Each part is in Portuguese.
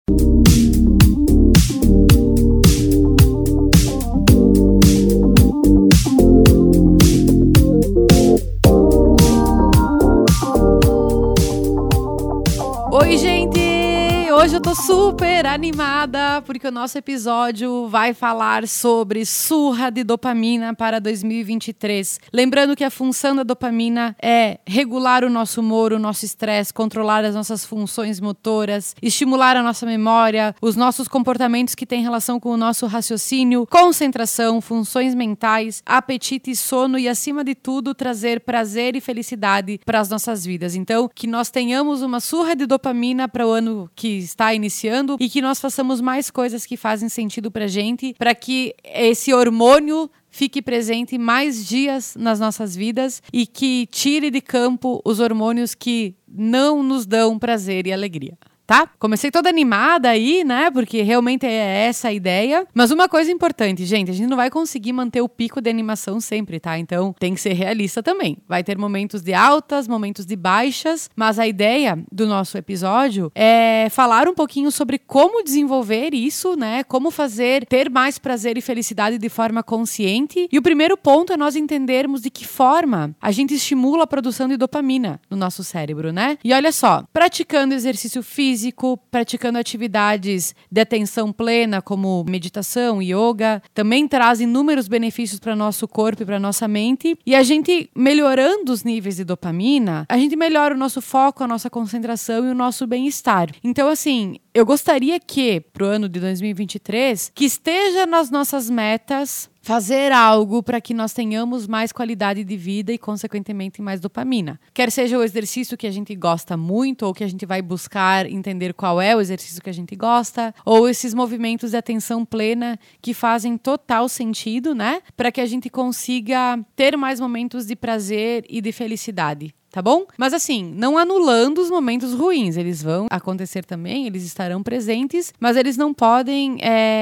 Oi, gente! Hoje eu tô super animada porque o nosso episódio vai falar sobre surra de dopamina para 2023. Lembrando que a função da dopamina é regular o nosso humor, o nosso estresse, controlar as nossas funções motoras, estimular a nossa memória, os nossos comportamentos que têm relação com o nosso raciocínio, concentração, funções mentais, apetite e sono e, acima de tudo, trazer prazer e felicidade para as nossas vidas. Então, que nós tenhamos uma surra de dopamina para o ano que está iniciando e que nós façamos mais coisas que fazem sentido pra gente, para que esse hormônio fique presente mais dias nas nossas vidas e que tire de campo os hormônios que não nos dão prazer e alegria. Tá? Comecei toda animada aí, né? Porque realmente é essa a ideia. Mas uma coisa importante, gente, a gente não vai conseguir manter o pico de animação sempre, tá? Então tem que ser realista também. Vai ter momentos de altas, momentos de baixas, mas a ideia do nosso episódio é falar um pouquinho sobre como desenvolver isso, né? Como ter mais prazer e felicidade de forma consciente. E o primeiro ponto é nós entendermos de que forma a gente estimula a produção de dopamina no nosso cérebro, né? E olha só, praticando exercício físico, praticando atividades de atenção plena, como meditação, yoga, também traz inúmeros benefícios para nosso corpo e para nossa mente. E a gente melhorando os níveis de dopamina, a gente melhora o nosso foco, a nossa concentração e o nosso bem-estar. Então, assim, eu gostaria que, pro ano de 2023, que esteja nas nossas metas fazer algo para que nós tenhamos mais qualidade de vida e, consequentemente, mais dopamina. Quer seja o exercício que a gente gosta muito ou que a gente vai buscar entender qual é o exercício que a gente gosta, ou esses movimentos de atenção plena que fazem total sentido, né? Para que a gente consiga ter mais momentos de prazer e de felicidade. Tá bom? Mas assim, não anulando os momentos ruins, eles vão acontecer também, eles estarão presentes, mas eles não podem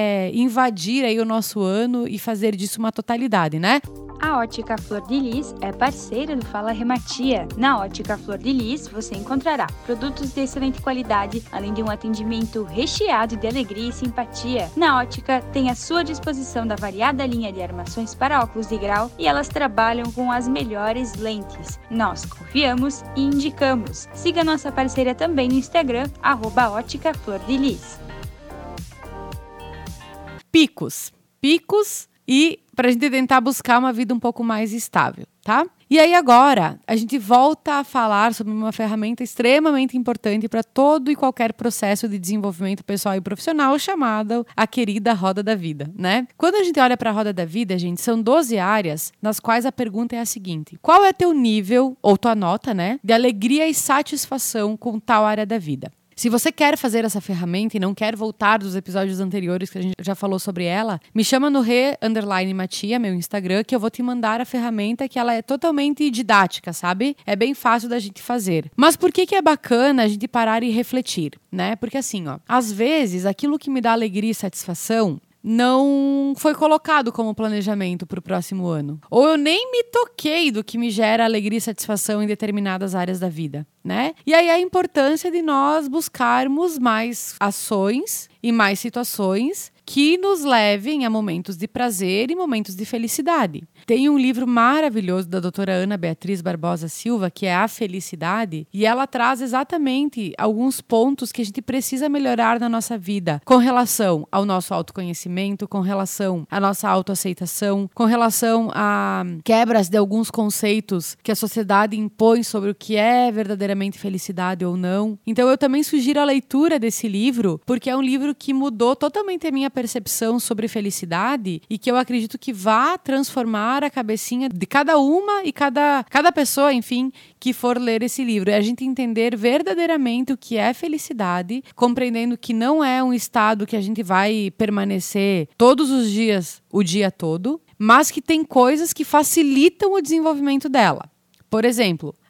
invadir aí o nosso ano e fazer disso uma totalidade, né? A Ótica Flor de Lis é parceira do Fala Rematia. Na Ótica Flor de Lis você encontrará produtos de excelente qualidade, além de um atendimento recheado de alegria e simpatia. Na Ótica tem à sua disposição da variada linha de armações para óculos de grau e elas trabalham com as melhores lentes. Nós confiamos e indicamos. Siga nossa parceira também no Instagram, @Ótica Flor de Lis. Picos e para a gente tentar buscar uma vida um pouco mais estável, tá? E aí agora, a gente volta a falar sobre uma ferramenta extremamente importante para todo e qualquer processo de desenvolvimento pessoal e profissional, chamada a querida roda da vida, né? Quando a gente olha para a roda da vida, gente, são 12 áreas nas quais a pergunta é a seguinte: qual é teu nível, ou tua nota, né, de alegria e satisfação com tal área da vida? Se você quer fazer essa ferramenta e não quer voltar dos episódios anteriores que a gente já falou sobre ela, me chama no @Matia, meu Instagram, que eu vou te mandar a ferramenta, que ela é totalmente didática, sabe? É bem fácil da gente fazer. Mas por que é bacana a gente parar e refletir, né? Porque assim, ó, às vezes aquilo que me dá alegria e satisfação não foi colocado como planejamento para o próximo ano. Ou eu nem me toquei do que me gera alegria e satisfação em determinadas áreas da vida, né? E aí a importância de nós buscarmos mais ações e mais situações que nos levem a momentos de prazer e momentos de felicidade. Tem um livro maravilhoso da doutora Ana Beatriz Barbosa Silva, que é A Felicidade, e ela traz exatamente alguns pontos que a gente precisa melhorar na nossa vida, com relação ao nosso autoconhecimento, com relação à nossa autoaceitação, com relação a quebras de alguns conceitos que a sociedade impõe sobre o que é verdadeiramente felicidade ou não. Então eu também sugiro a leitura desse livro, porque é um livro que mudou totalmente a minha percepção sobre felicidade e que eu acredito que vá transformar a cabecinha de cada uma e cada pessoa, enfim, que for ler esse livro. É a gente entender verdadeiramente o que é felicidade, compreendendo que não é um estado que a gente vai permanecer todos os dias, o dia todo, mas que tem coisas que facilitam o desenvolvimento dela. Por exemplo,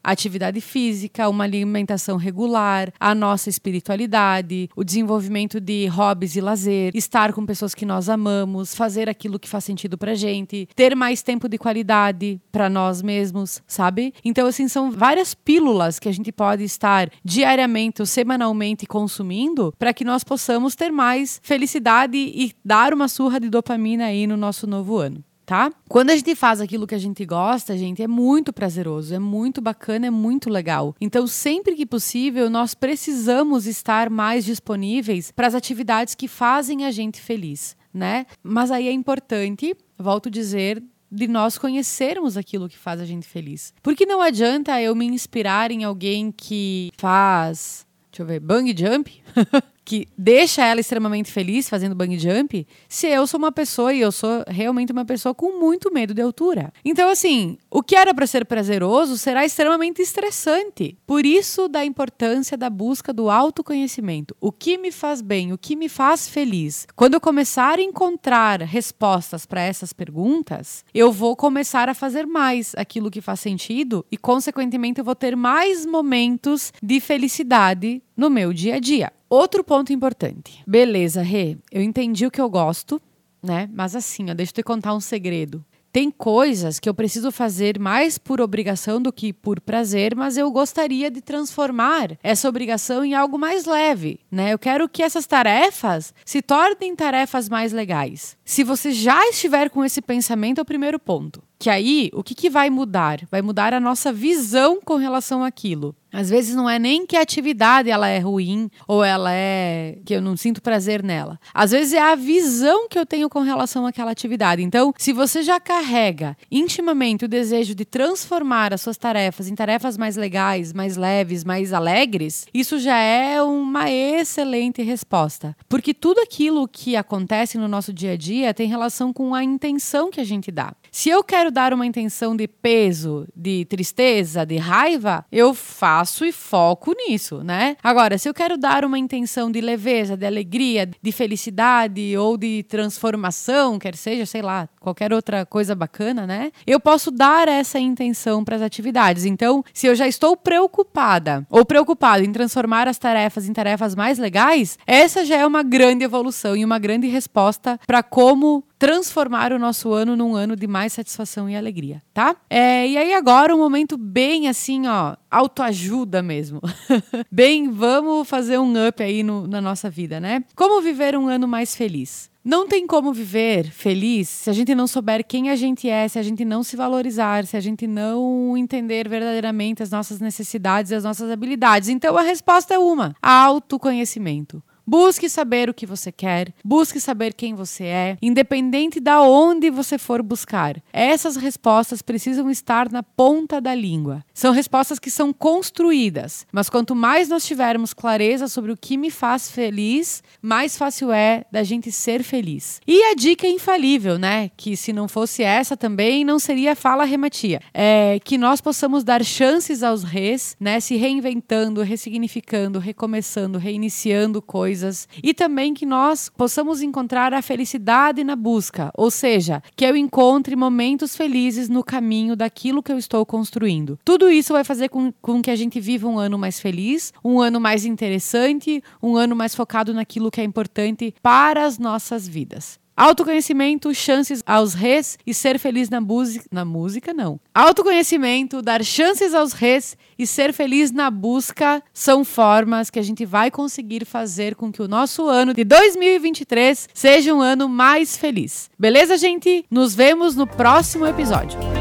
A atividade física, uma alimentação regular, a nossa espiritualidade, o desenvolvimento de hobbies e lazer, estar com pessoas que nós amamos, fazer aquilo que faz sentido pra gente, ter mais tempo de qualidade pra nós mesmos, sabe? Então, assim, são várias pílulas que a gente pode estar diariamente ou semanalmente consumindo para que nós possamos ter mais felicidade e dar uma surra de dopamina aí no nosso novo ano. Tá? Quando a gente faz aquilo que a gente gosta, gente, é muito prazeroso, é muito bacana, é muito legal. Então, sempre que possível, nós precisamos estar mais disponíveis para as atividades que fazem a gente feliz, né? Mas aí é importante, volto a dizer, de nós conhecermos aquilo que faz a gente feliz. Porque não adianta eu me inspirar em alguém que faz, bungee jump, que deixa ela extremamente feliz fazendo bungee jump, se eu sou uma pessoa, e eu sou realmente uma pessoa com muito medo de altura. Então, assim, o que era para ser prazeroso será extremamente estressante. Por isso, da importância da busca do autoconhecimento. O que me faz bem, o que me faz feliz. Quando eu começar a encontrar respostas para essas perguntas, eu vou começar a fazer mais aquilo que faz sentido e, consequentemente, eu vou ter mais momentos de felicidade no meu dia a dia. Outro ponto importante. Beleza, Rê, eu entendi o que eu gosto, né? Mas assim, deixa eu te contar um segredo. Tem coisas que eu preciso fazer mais por obrigação do que por prazer, mas eu gostaria de transformar essa obrigação em algo mais leve, né? Eu quero que essas tarefas se tornem tarefas mais legais. Se você já estiver com esse pensamento, é o primeiro ponto. Que aí, o que vai mudar? Vai mudar a nossa visão com relação àquilo. Às vezes não é nem que a atividade ela é ruim ou ela é que eu não sinto prazer nela. Às vezes é a visão que eu tenho com relação àquela atividade. Então, se você já carrega intimamente o desejo de transformar as suas tarefas em tarefas mais legais, mais leves, mais alegres, isso já é uma excelente resposta. Porque tudo aquilo que acontece no nosso dia a dia tem relação com a intenção que a gente dá. Se eu quero dar uma intenção de peso, de tristeza, de raiva, eu faço e foco nisso, né? Agora, se eu quero dar uma intenção de leveza, de alegria, de felicidade ou de transformação, quer seja, sei lá, qualquer outra coisa bacana, né? Eu posso dar essa intenção para as atividades. Então, se eu já estou preocupada ou preocupado em transformar as tarefas em tarefas mais legais, essa já é uma grande evolução e uma grande resposta para como transformar o nosso ano num ano de mais satisfação e alegria, tá? E aí agora um momento bem assim, autoajuda mesmo. Bem, vamos fazer um up aí na nossa vida, né? Como viver um ano mais feliz? Não tem como viver feliz se a gente não souber quem a gente é, se a gente não se valorizar, se a gente não entender verdadeiramente as nossas necessidades e as nossas habilidades. Então a resposta é uma: autoconhecimento. Busque saber o que você quer, busque saber quem você é, independente de onde você for buscar. Essas respostas precisam estar na ponta da língua. São respostas que são construídas, mas quanto mais nós tivermos clareza sobre o que me faz feliz, mais fácil é da gente ser feliz. E a dica infalível, né? Que se não fosse essa também, não seria Fala Rematia. Que nós possamos dar chances aos Rês, né? Se reinventando, ressignificando, recomeçando, reiniciando coisas. E também que nós possamos encontrar a felicidade na busca, ou seja, que eu encontre momentos felizes no caminho daquilo que eu estou construindo. Tudo isso vai fazer com que a gente viva um ano mais feliz, um ano mais interessante, um ano mais focado naquilo que é importante para as nossas vidas. Autoconhecimento, chances aos Rês e ser feliz na música, não. Autoconhecimento, dar chances aos Rês e ser feliz na busca são formas que a gente vai conseguir fazer com que o nosso ano de 2023 seja um ano mais feliz. Beleza, gente? Nos vemos no próximo episódio.